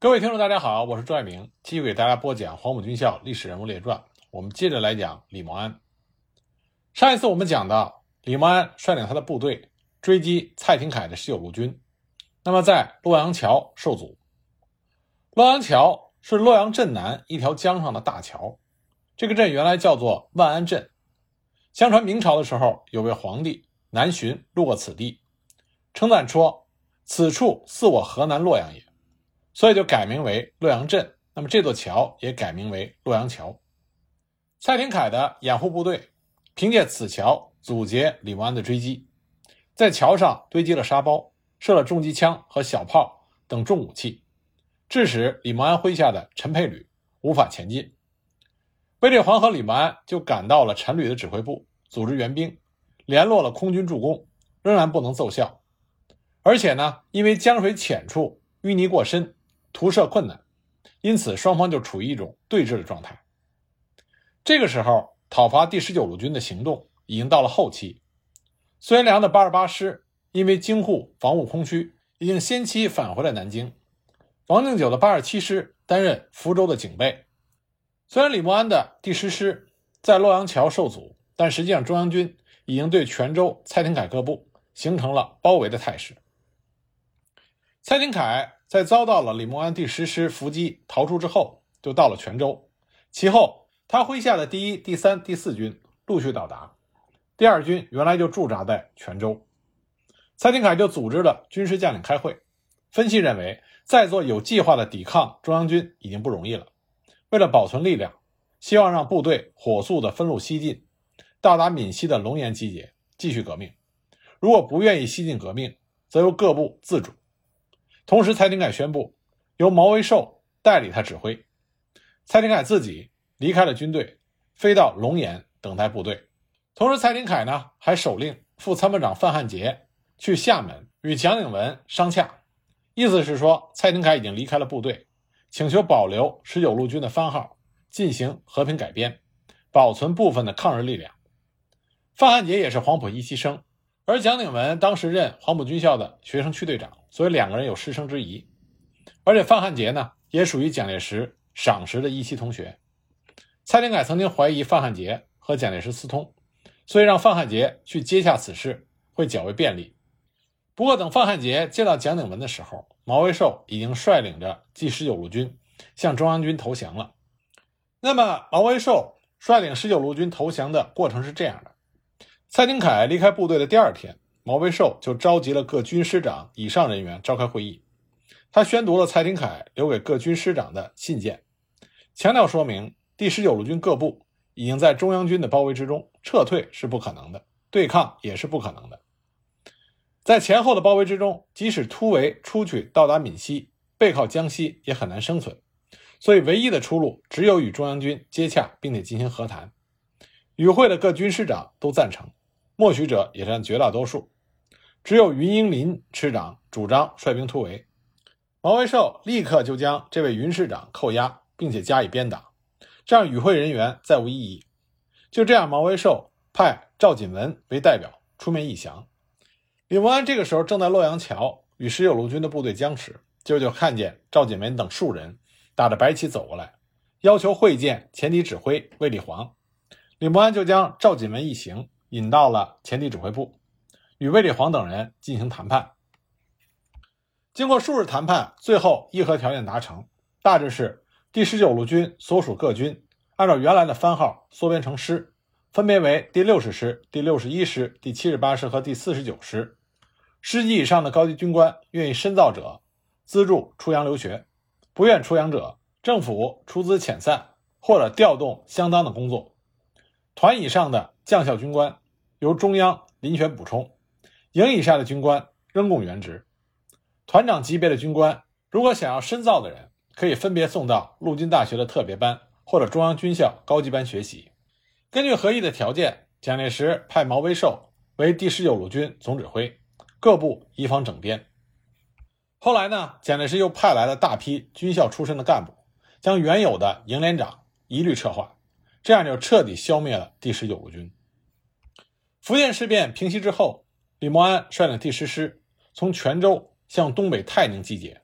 各位听众大家好，我是朱爱明，继续给大家播讲黄埔军校历史人物列传。我们接着来讲李默安。上一次我们讲到李默安率领他的部队追击蔡廷锴的19路军，那么在洛阳桥受阻。洛阳桥是洛阳镇南一条江上的大桥，这个镇原来叫做万安镇。相传明朝的时候，有位皇帝南巡路过此地，称赞说此处似我河南洛阳也，所以就改名为洛阳镇，那么这座桥也改名为洛阳桥。蔡廷锴的掩护部队凭借此桥阻截李默安的追击，在桥上堆积了沙包，设了重机枪和小炮等重武器，致使李默安麾下的陈佩旅无法前进。为这黄河，李默安就赶到了陈旅的指挥部，组织援兵，联络了空军助攻，仍然不能奏效。而且呢，因为江水浅处淤泥过深，图射困难，因此双方就处于一种对峙的状态。这个时候，讨伐第19路军的行动已经到了后期。孙元良的88师因为京沪防务空虚，已经先期返回了南京。王敬久的87师担任福州的警备。虽然李默安的第10师在洛阳桥受阻，但实际上中央军已经对泉州蔡廷锴各部形成了包围的态势。蔡廷锴在遭到了李默安第10师伏击逃出之后，就到了泉州。其后他麾下的第1、第3、第4军陆续到达，第2军原来就驻扎在泉州。蔡廷锴就组织了军师将领开会，分析认为再做有计划的抵抗中央军已经不容易了，为了保存力量，希望让部队火速的分路西进，到达闽西的龙岩集结，继续革命。如果不愿意西进革命，则由各部自主。同时蔡廷锴宣布由毛维寿代理他指挥，蔡廷锴自己离开了军队，飞到龙岩等待部队。同时蔡廷锴呢，还手令副参谋长范汉杰去厦门与蒋鼎文商洽，意思是说蔡廷锴已经离开了部队，请求保留19路军的番号，进行和平改编，保存部分的抗日力量。范汉杰也是黄埔一期生，而蒋鼎文当时任黄埔军校的学生区队长，所以两个人有师生之谊。而且范汉杰呢，也属于蒋介石赏识的一期同学。蔡廷锴曾经怀疑范汉杰和蒋介石私通，所以让范汉杰去接洽此事会较为便利。不过等范汉杰见到蒋鼎文的时候，毛维寿已经率领着第19路军向中央军投降了。那么毛维寿率领19路军投降的过程是这样的：蔡廷锴离开部队的第2天，毛维寿就召集了各军师长以上人员召开会议。他宣读了蔡廷锴留给各军师长的信件，强调说明第19路军各部已经在中央军的包围之中，撤退是不可能的，对抗也是不可能的。在前后的包围之中，即使突围出去到达闽西，背靠江西也很难生存，所以唯一的出路只有与中央军接洽，并且进行和谈。与会的各军师长都赞成，默许者也占绝大多数。只有云英林师长主张率兵突围，毛维寿立刻就将这位云师长扣押，并且加以鞭打，这样与会人员再无异议。就这样，毛维寿派赵锦文为代表出面议降。李默安这个时候正在洛阳桥与19路军的部队僵持，就看见赵锦文等数人打着白旗走过来，要求会见前敌指挥卫立煌。李默安就将赵锦文一行引到了前敌指挥部，与卫立煌等人进行谈判。经过数日谈判，最后议和条件达成，大致是第19路军所属各军按照原来的番号缩编成师，分别为第60师、第61师、第78师和第49师。师级以上的高级军官愿意深造者资助出洋留学，不愿出洋者政府出资遣散或者调动相当的工作。团以上的将校军官由中央遴选补充，营以下的军官仍供原职。团长级别的军官如果想要深造的人，可以分别送到陆军大学的特别班或者中央军校高级班学习。根据合议的条件，蒋介石派毛维寿为第19路军总指挥，各部以防整编。后来呢，蒋介石又派来了大批军校出身的干部，将原有的营连长一律撤换，这样就彻底消灭了第19路军。福建事变平息之后，李默安率领第10师从泉州向东北泰宁集结，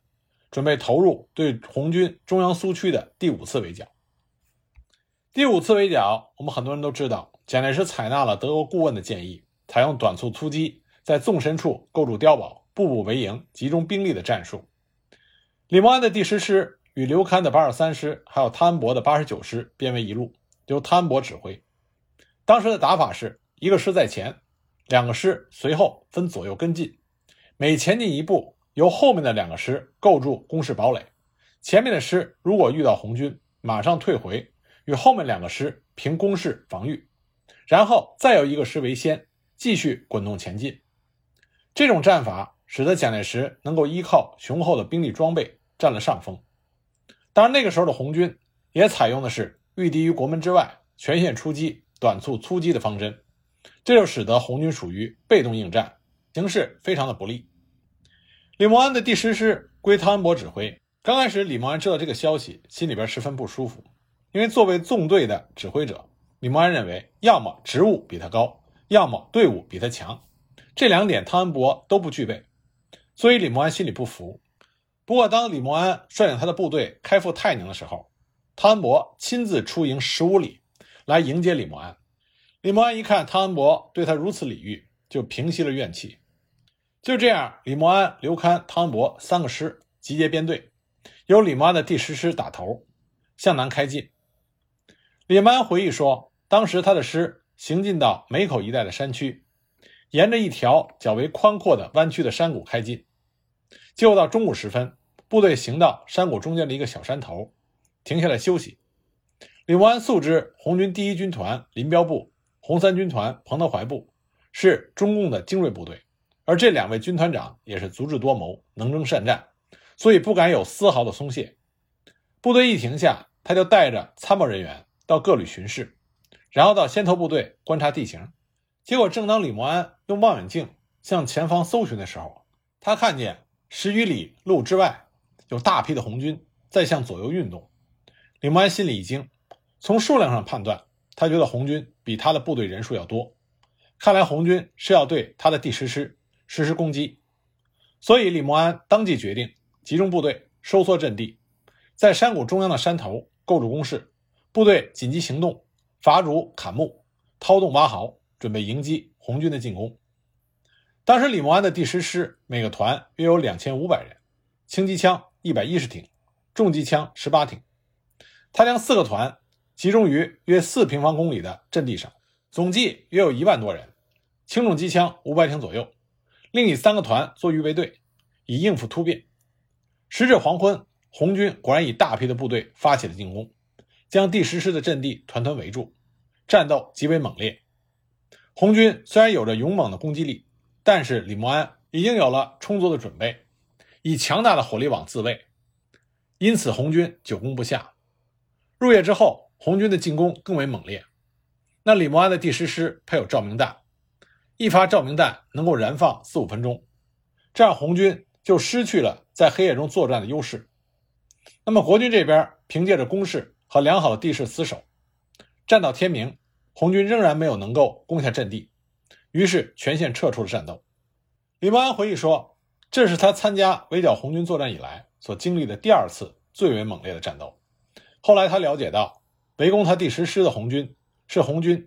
准备投入对红军中央苏区的第5次围剿。第5次围剿，我们很多人都知道，蒋介石采纳了德国顾问的建议，采用短促突击，在纵深处构筑碉堡，步步为营，集中兵力的战术。李默安的第10师与刘戡的83师还有汤恩伯的89师编为一路，由汤恩伯指挥。当时的打法是一个师在前，2个师随后分左右跟进，每前进一步，由后面的2个师构筑工事堡垒，前面的师如果遇到红军，马上退回，与后面2个师凭攻势防御，然后再由1个师为先，继续滚动前进。这种战法使得蒋介石能够依靠雄厚的兵力装备占了上风。当然那个时候的红军也采用的是御敌于国门之外，全线出击，短促突击的方针，这就使得红军属于被动应战，形势非常的不利。李默安的第10师归汤恩伯指挥。刚开始李默安知道这个消息，心里边十分不舒服，因为作为纵队的指挥者，李默安认为要么职务比他高，要么队伍比他强，这2点汤恩伯都不具备，所以李默安心里不服。不过当李默安率领他的部队开赴泰宁的时候，汤恩伯亲自出营15里来迎接李默安。李默安一看汤恩伯对他如此礼遇，就平息了怨气。就这样，李默安、刘戡、汤恩伯3个师集结编队，由李默安的第10师打头，向南开进。李默安回忆说，当时他的师行进到梅口一带的山区，沿着一条较为宽阔的弯曲的山谷开进。结果到中午时分，部队行到山谷中间的一个小山头，停下来休息。李默安素知红军第1军团林彪部、红3军团彭德怀部是中共的精锐部队，而这2位军团长也是足智多谋，能征善战，所以不敢有丝毫的松懈。部队一停下，他就带着参谋人员到各旅巡视，然后到先头部队观察地形。结果正当李默安用望远镜向前方搜寻的时候，他看见10余里路之外有大批的红军在向左右运动。李默安心里一惊，从数量上判断，他觉得红军比他的部队人数要多，看来红军是要对他的第10师实施攻击。所以李默安当即决定集中部队收缩阵地，在山谷中央的山头构筑工事，部队紧急行动，伐竹砍木，掏洞挖壕，准备迎击红军的进攻。当时李默安的第10师每个团约有2500人，轻机枪110挺，重机枪18挺。他将4个团集中于约4平方公里的阵地上，总计约有1万多人，轻重机枪500挺左右，另以3个团做预备队，以应付突变。时至黄昏，红军果然以大批的部队发起了进攻，将第10师的阵地团团围住，战斗极为猛烈。红军虽然有着勇猛的攻击力，但是李默安已经有了充足的准备，以强大的火力网自卫，因此红军久攻不下。入夜之后，红军的进攻更为猛烈。那李默安的第10师配有照明弹，一发照明弹能够燃放4-5分钟，这样红军就失去了在黑夜中作战的优势。那么国军这边凭借着攻势和良好的地势死守，战到天明，红军仍然没有能够攻下阵地，于是全线撤出了战斗。李默安回忆说，这是他参加围剿红军作战以来所经历的第2次最为猛烈的战斗。后来他了解到，围攻他第10师的红军是红军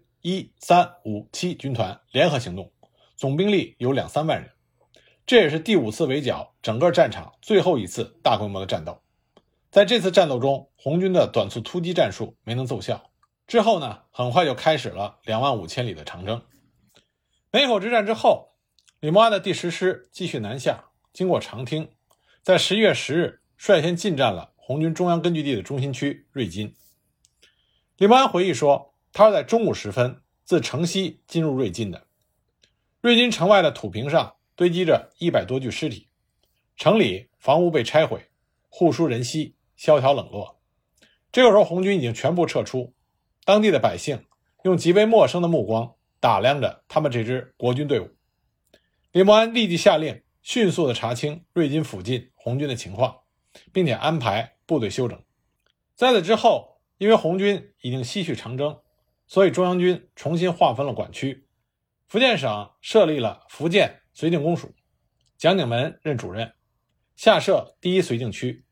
1、3、5、7军团联合行动，总兵力有2-3万人。这也是第5次围剿整个战场最后一次大规模的战斗。在这次战斗中，红军的短促突击战术没能奏效，之后呢，很快就开始了25000里的长征。梅口之战之后，李默安的第10师继续南下，经过长汀，在11月10日率先进占了红军中央根据地的中心区瑞金。李默安回忆说，他是在中午时分自城西进入瑞金的。瑞金城外的土坪上堆积着100多具尸体，城里房屋被拆毁，户疏人稀，萧条冷落。这个时候红军已经全部撤出，当地的百姓用极为陌生的目光打量着他们这支国军队伍。李默安立即下令迅速地查清瑞金附近红军的情况，并且安排部队休整。在此之后，因为红军已经西去长征，所以中央军重新划分了管区。福建省设立了福建绥靖公署，蒋景门任主任，下设第1绥靖区，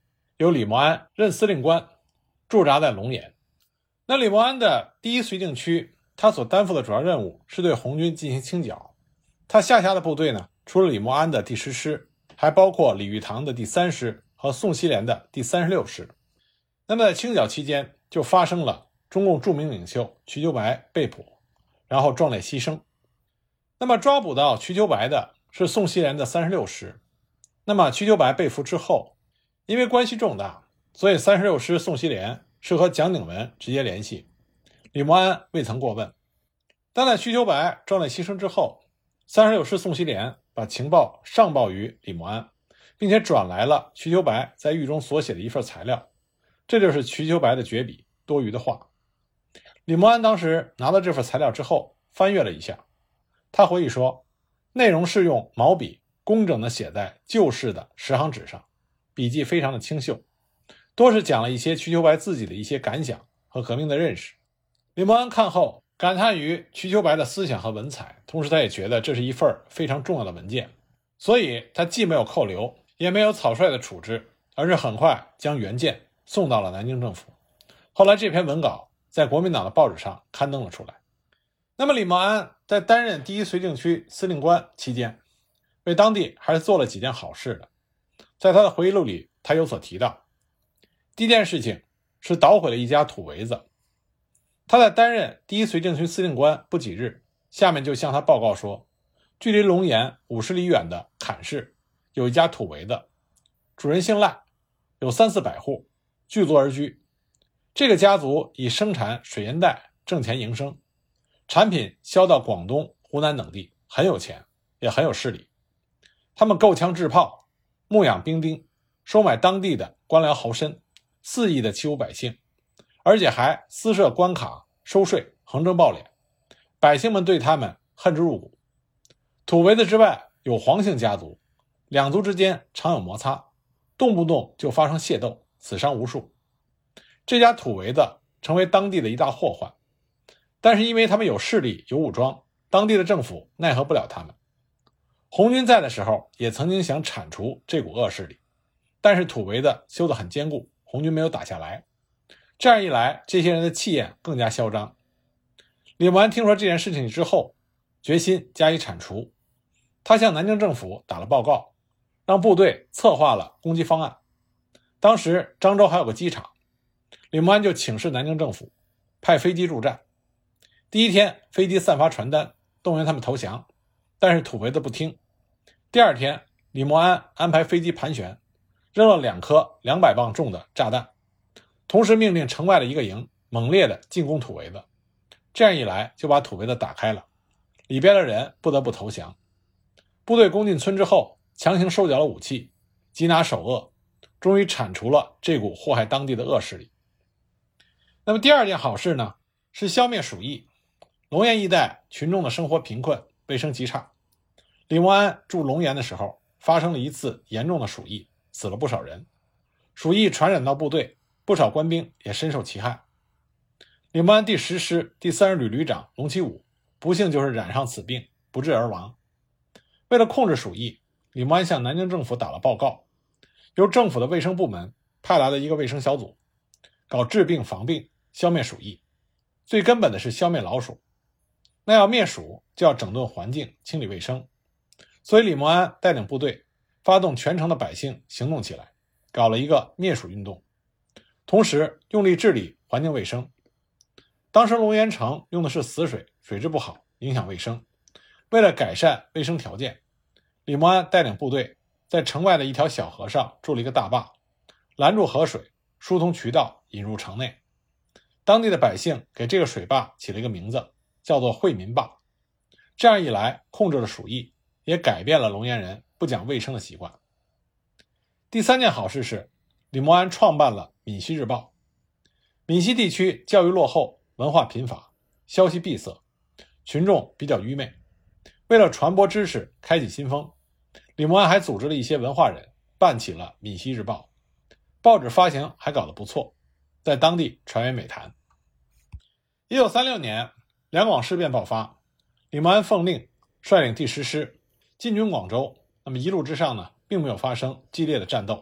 由李默安任司令官，驻扎在龙岩。那李默安的第一绥靖区，他所担负的主要任务是对红军进行清剿。他下辖的部队呢，除了李默安的第10师，还包括李玉堂的第3师和宋希濂的第36师。那么在清剿期间，就发生了中共著名领袖瞿秋白被捕，然后壮烈牺牲。那么抓捕到瞿秋白的是宋希濂的36师。那么瞿秋白被俘之后，因为关系重大，所以36师宋希濂是和蒋鼎文直接联系，李默安未曾过问。但在瞿秋白壮烈牺牲之后，36师宋希濂把情报上报于李默安，并且转来了瞿秋白在狱中所写的一份材料，这就是瞿秋白的绝笔多余的话。李默安当时拿到这份材料之后翻阅了一下，他回忆说，内容是用毛笔工整地写在旧式的10行纸上，笔迹非常的清秀，多是讲了一些瞿秋白自己的一些感想和革命的认识。李默安看后感叹于瞿秋白的思想和文采，同时他也觉得这是一份非常重要的文件，所以他既没有扣留，也没有草率的处置，而是很快将原件送到了南京政府。后来这篇文稿在国民党的报纸上刊登了出来。那么李默安在担任第一绥靖区司令官期间，为当地还是做了几件好事的。在他的回忆录里，他有所提到，第一件事情是捣毁了一家土围子。他在担任第一绥靖区司令官不几日，下面就向他报告说，距离龙岩50里远的坎市有一家土围子，主人姓赖，有300-400户，聚族而居。这个家族以生产水银带挣钱营生，产品销到广东、湖南等地，很有钱，也很有势力。他们购枪制炮，牧养兵丁，收买当地的官僚豪绅，肆意的欺侮百姓，而且还私设关卡、收税、横征暴敛，百姓们对他们恨之入骨。土围子之外有黄姓家族，两族之间常有摩擦，动不动就发生械斗，死伤无数。这家土围子成为当地的一大祸患，但是因为他们有势力、有武装，当地的政府奈何不了他们。红军在的时候也曾经想铲除这股恶势力，但是土围子修得很坚固，红军没有打下来。这样一来，这些人的气焰更加嚣张。李默安听说这件事情之后，决心加以铲除。他向南京政府打了报告，让部队策划了攻击方案。当时漳州还有个机场，李默安就请示南京政府，派飞机驻战。第一天，飞机散发传单，动员他们投降，但是土围子不听。第二天，李默安安排飞机盘旋，扔了2颗200磅重的炸弹，同时命令城外的一个营猛烈地进攻土围子。这样一来，就把土围子打开了，里边的人不得不投降。部队攻进村之后，强行收缴了武器，缉拿首恶，终于铲除了这股祸害当地的恶势力。那么第二件好事呢，是消灭鼠疫。龙岩一带群众的生活贫困，卫生极差。李默安驻龙岩的时候，发生了一次严重的鼠疫，死了不少人。鼠疫传染到部队，不少官兵也深受其害。李默安第10师第30旅旅长龙其武不幸就是染上此病，不治而亡。为了控制鼠疫，李默安向南京政府打了报告，由政府的卫生部门派来了一个卫生小组，搞治病防病，消灭鼠疫。最根本的是消灭老鼠，那要灭鼠就要整顿环境，清理卫生。所以李默安带领部队发动全城的百姓行动起来，搞了一个灭鼠运动，同时用力治理环境卫生。当时龙岩城用的是死水，水质不好，影响卫生。为了改善卫生条件，李默安带领部队在城外的一条小河上筑了一个大坝，拦住河水，疏通渠道，引入城内。当地的百姓给这个水坝起了一个名字，叫做惠民坝。这样一来，控制了鼠疫，也改变了龙岩人不讲卫生的习惯。第三件好事是，李默安创办了闽西日报。闽西地区教育落后，文化贫乏，消息闭塞，群众比较愚昧。为了传播知识，开启新风，李默安还组织了一些文化人办起了闽西日报，报纸发行还搞得不错，在当地传为美谈。1936年两广事变爆发，李默安奉令率领第10师进军广州。那么一路之上呢，并没有发生激烈的战斗。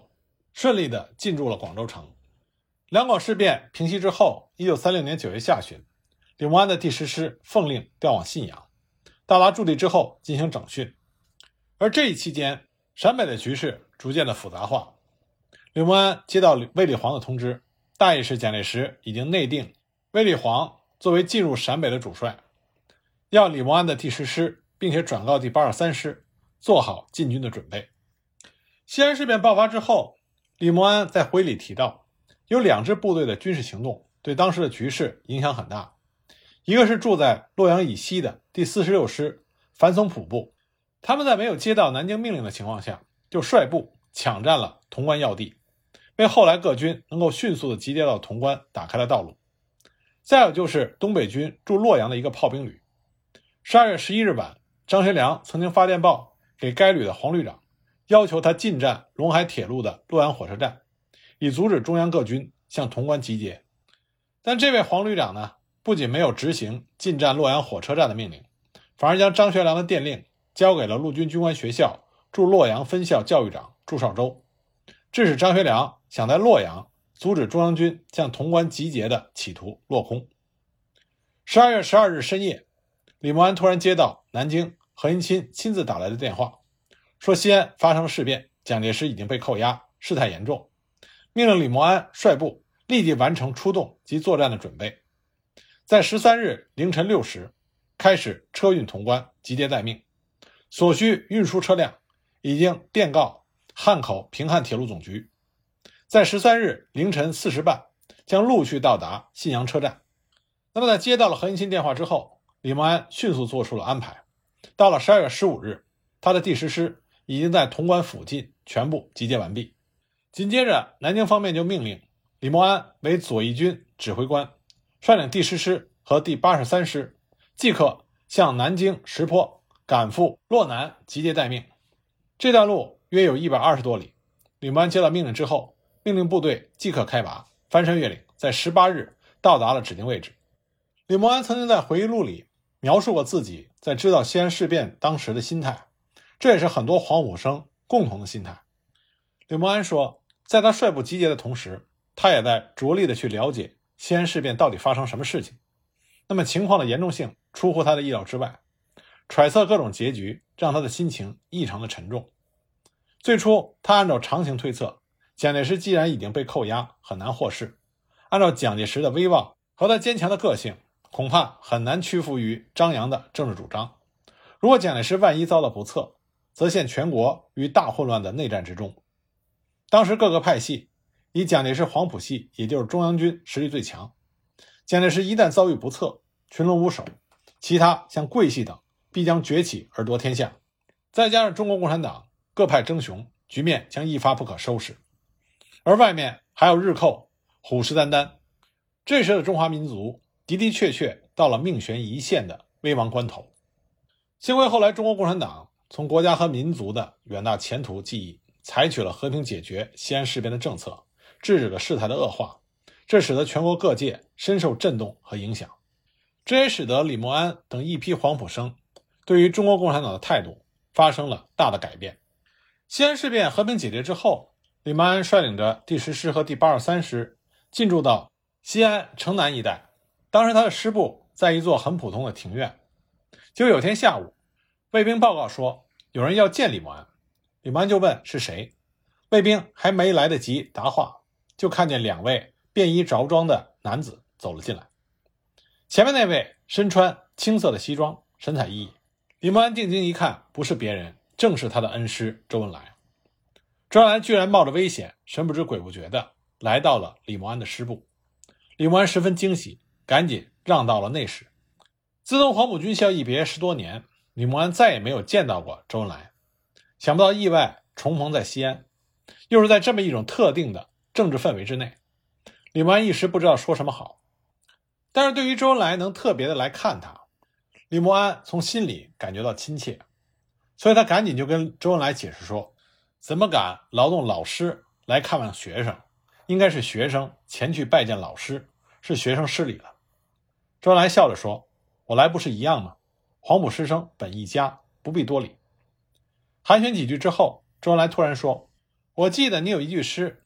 顺利地进驻了广州城。两广事变平息之后，1936年9月下旬，李默安的第10师奉令调往信阳，到达驻地之后进行整训。而这一期间，陕北的局势逐渐的复杂化。李默安接到卫立煌的通知，大意是蒋介石已经内定卫立煌作为进入陕北的主帅，要李默安的第10师，并且转告第83师做好进军的准备。西安事变爆发之后，李默安在回忆里提到，有2支部队的军事行动对当时的局势影响很大。一个是住在洛阳以西的第46师樊松浦部，他们在没有接到南京命令的情况下，就率部抢占了潼关要地，为后来各军能够迅速的集结到潼关打开了道路。再有就是东北军驻洛阳的一个炮兵旅。12月11日晚，张学良曾经发电报给该旅的黄旅长，要求他进占陇海铁路的洛阳火车站，以阻止中央各军向潼关集结。但这位黄旅长呢，不仅没有执行进占洛阳火车站的命令，反而将张学良的电令交给了陆军军官学校驻洛阳分校教育长祝绍周，致使张学良想在洛阳阻止中央军向潼关集结的企图落空。12月12日深夜，李默安突然接到南京何应钦亲自打来的电话，说西安发生了事变，蒋介石已经被扣押，事态严重，命令李默安率部立即完成出动及作战的准备，在13日凌晨6时开始车运潼关，集结待命。所需运输车辆已经电告汉口平汉铁路总局，在13日凌晨4时半将陆续到达信阳车站。那么在接到了何应钦电话之后，李默安迅速做出了安排。到了12月15日，他的第10师已经在潼关附近全部集结完毕。紧接着，南京方面就命令李默安为左翼军指挥官，率领第10师和第83师即刻向南京石坡赶赴洛南集结待命。这段路约有120多里。李默安接到命令之后，命令部队即刻开拔，翻山越岭，在18日到达了指定位置。李默安曾经在回忆录里描述过自己在知道西安事变当时的心态，这也是很多黄埔生共同的心态。李默安说，在他率部集结的同时，他也在着力的去了解西安事变到底发生什么事情。那么情况的严重性出乎他的意料之外，揣测各种结局让他的心情异常的沉重。最初他按照常情推测，蒋介石既然已经被扣押，很难获释，按照蒋介石的威望和他坚强的个性，恐怕很难屈服于张扬的政治主张。如果蒋介石万一遭到不测，则陷全国于大混乱的内战之中。当时各个派系以蒋介石黄埔系，也就是中央军实力最强，蒋介石一旦遭遇不测，群龙无首，其他像桂系等必将崛起而夺天下。再加上中国共产党各派争雄，局面将一发不可收拾。而外面还有日寇虎视眈眈，这时的中华民族的的确确到了命悬一线的危亡关头。幸亏后来中国共产党从国家和民族的远大前途记忆，采取了和平解决西安事变的政策，制止了事态的恶化，这使得全国各界深受震动和影响。这也使得李默安等一批黄埔生对于中国共产党的态度发生了大的改变。西安事变和平解决之后，李默安率领着第10师和第83师进驻到西安城南一带。当时他的师部在一座很普通的庭院，就有天下午，卫兵报告说有人要见李默安。李默安就问是谁，卫兵还没来得及答话，就看见2位便衣着装的男子走了进来。前面那位身穿青色的西装，神采奕奕。李默安定睛一看，不是别人，正是他的恩师周恩来。周恩来居然冒着危险，神不知鬼不觉的来到了李默安的师部。李默安十分惊喜，赶紧让到了内室。自从黄埔军校一别10多年，李默安再也没有见到过周恩来。想不到意外重逢在西安，又是在这么一种特定的政治氛围之内，李默安一时不知道说什么好。但是对于周恩来能特别的来看他，李默安从心里感觉到亲切，所以他赶紧就跟周恩来解释说，怎么敢劳动老师来看望学生，应该是学生前去拜见老师，是学生失礼了。周恩来笑着说，我来不是一样吗？黄埔师生本一家，不必多礼。寒暄几句之后，周恩来突然说，我记得你有一句诗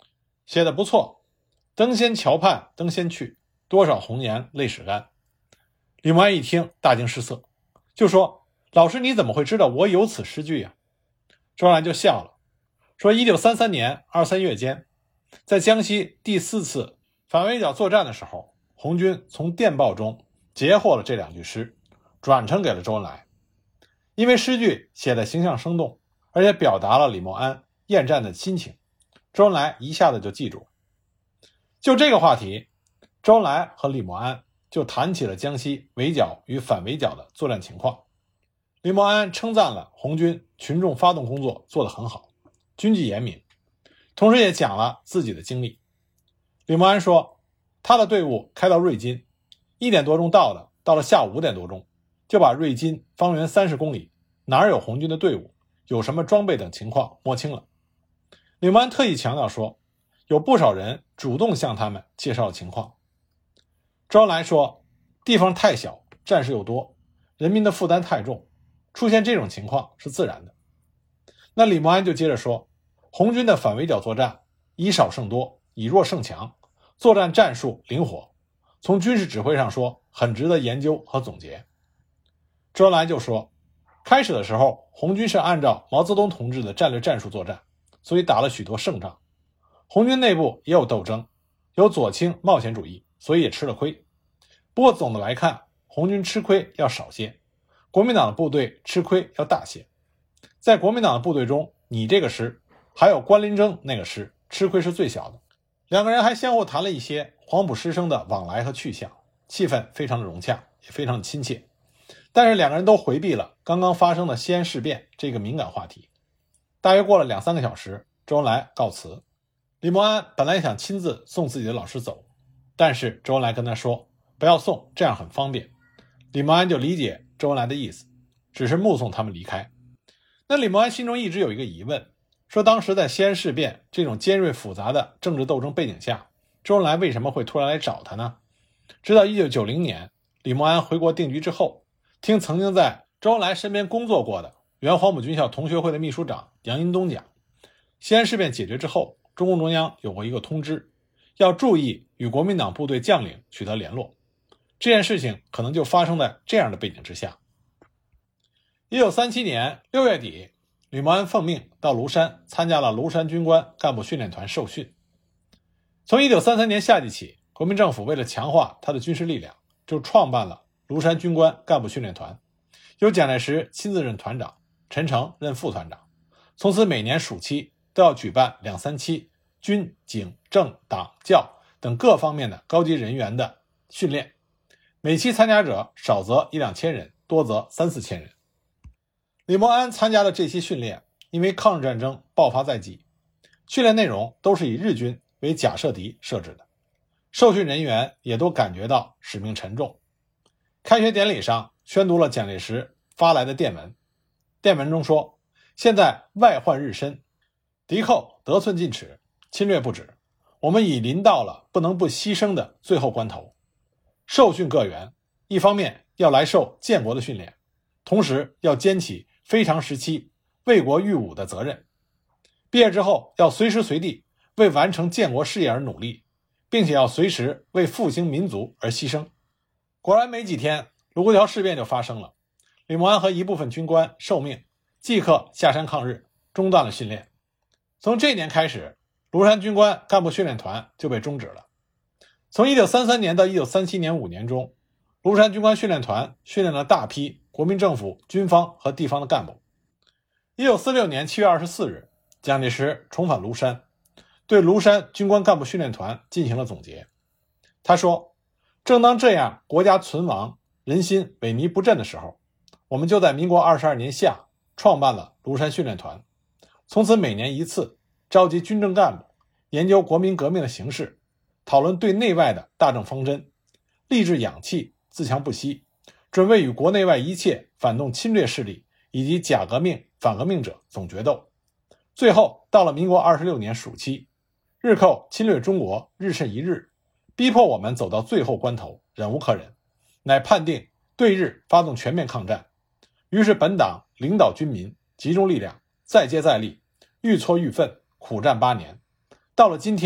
写得不错，登仙桥畔登仙去，多少红颜泪始干。李默安一听大惊失色，就说：老师你怎么会知道我有此诗句呀？周恩来就笑了，说1933年2、3月间，在江西第4次反围剿作战的时候，红军从电报中截获了这2句诗，转呈给了周恩来。因为诗句写得形象生动，而且表达了李默安厌战的心情，周恩来一下子就记住了。就这个话题，周恩来和李默安就谈起了江西围剿与反围剿的作战情况。李默安称赞了红军群众发动工作做得很好，军纪严明，同时也讲了自己的经历。李默安说，他的队伍开到瑞金，1点多钟到了下午5点多钟，就把瑞金方圆30公里哪儿有红军的队伍，有什么装备等情况摸清了。李默安特意强调说，有不少人主动向他们介绍了情况。周恩来说，地方太小，战士又多，人民的负担太重，出现这种情况是自然的。那李默安就接着说，红军的反围剿作战以少胜多，以弱胜强，作战战术灵活，从军事指挥上说很值得研究和总结。周恩来就说，开始的时候红军是按照毛泽东同志的战略战术作战，所以打了许多胜仗。红军内部也有斗争，有左倾冒险主义，所以也吃了亏。不过总的来看，红军吃亏要少些，国民党的部队吃亏要大些。在国民党的部队中，你这个师还有关麟征那个师吃亏是最小的。两个人还相互谈了一些黄埔师生的往来和去向，气氛非常的融洽，也非常的亲切。但是两个人都回避了刚刚发生的西安事变这个敏感话题。大约过了2、3个小时，周恩来告辞。李默安本来想亲自送自己的老师走，但是周恩来跟他说不要送，这样很方便。李默安就理解周恩来的意思，只是目送他们离开。那李默安心中一直有一个疑问，说当时在西安事变这种尖锐复杂的政治斗争背景下，周恩来为什么会突然来找他呢？直到1990年李默安回国定居之后，听曾经在周恩来身边工作过的原黄埔军校同学会的秘书长杨荫东讲，西安事变解决之后，中共中央有过一个通知，要注意与国民党部队将领取得联络。这件事情可能就发生在这样的背景之下。1937年6月底，李默安奉命到庐山参加了庐山军官干部训练团受训。从1933年夏季起，国民政府为了强化他的军事力量，就创办了庐山军官干部训练团，由蒋介石亲自任团长，陈诚任副团长。从此每年暑期都要举办2、3期军警政党教等各方面的高级人员的训练，每期参加者少则1、2千人，多则3、4千人。李默安参加的这期训练，因为抗日战争爆发在即，训练内容都是以日军为假设敌设置的，受训人员也都感觉到使命沉重。开学典礼上宣读了蒋介石发来的电文，电文中说，现在外患日深，敌寇得寸进尺，侵略不止，我们已临到了不能不牺牲的最后关头。受训各员一方面要来受建国的训练，同时要肩起非常时期为国御侮的责任。毕业之后要随时随地为完成建国事业而努力，并且要随时为复兴民族而牺牲。果然没几天，卢沟桥事变就发生了。李默安和一部分军官受命即刻下山抗日，中断了训练。从这一年开始，庐山军官干部训练团就被终止了。从1933年到1937年5年中，庐山军官训练团训练了大批国民政府军方和地方的干部。1946年7月24日，蒋介石重返庐山，对庐山军官干部训练团进行了总结。他说，正当这样国家存亡，人心萎靡不振的时候，我们就在民国22年夏创办了庐山训练团，从此每年一次，召集军政干部研究国民革命的形势，讨论对内外的大政方针，立志养气，自强不息，准备与国内外一切反动侵略势力以及假革命反革命者总决斗。最后到了民国26年暑期，日寇侵略中国日甚一日，逼迫我们走到最后关头，忍无可忍，乃判定对日发动全面抗战。于是本党领导军民，集中力量，再接再厉，愈挫愈奋，苦战8年。到了今天，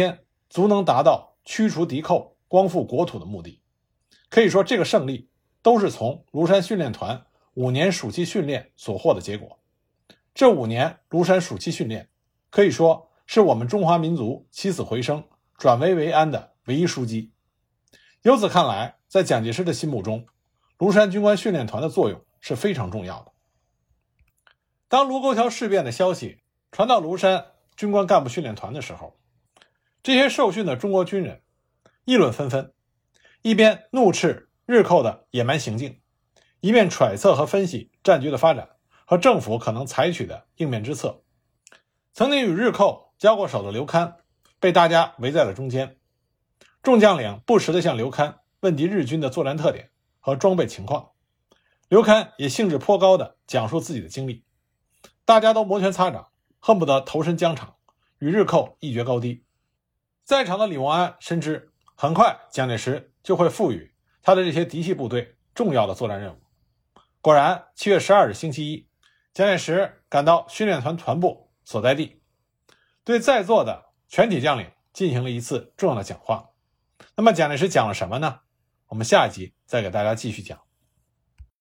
足能达到驱除敌寇、光复国土的目的。可以说这个胜利都是从庐山训练团5年暑期训练所获的结果。这5年庐山暑期训练可以说是我们中华民族起死回生、转危为安的唯一枢机。由此看来，在蒋介石的心目中，庐山军官训练团的作用是非常重要的。当卢沟桥事变的消息传到庐山军官干部训练团的时候，这些受训的中国军人议论纷纷，一边怒斥日寇的野蛮行径，一面揣测和分析战局的发展和政府可能采取的应变之策。曾经与日寇交过手的刘戡被大家围在了中间，众将领不时地向刘戡问及日军的作战特点和装备情况，刘戡也兴致颇高地讲述自己的经历，大家都摩拳擦掌，恨不得投身疆场，与日寇一决高低。在场的李默安深知，很快蒋介石就会赋予他的这些嫡系部队重要的作战任务。果然7月12日星期一，蒋介石赶到训练团团部所在地，对在座的全体将领进行了一次重要的讲话。那么蒋介石讲了什么呢？我们下一集再给大家继续讲。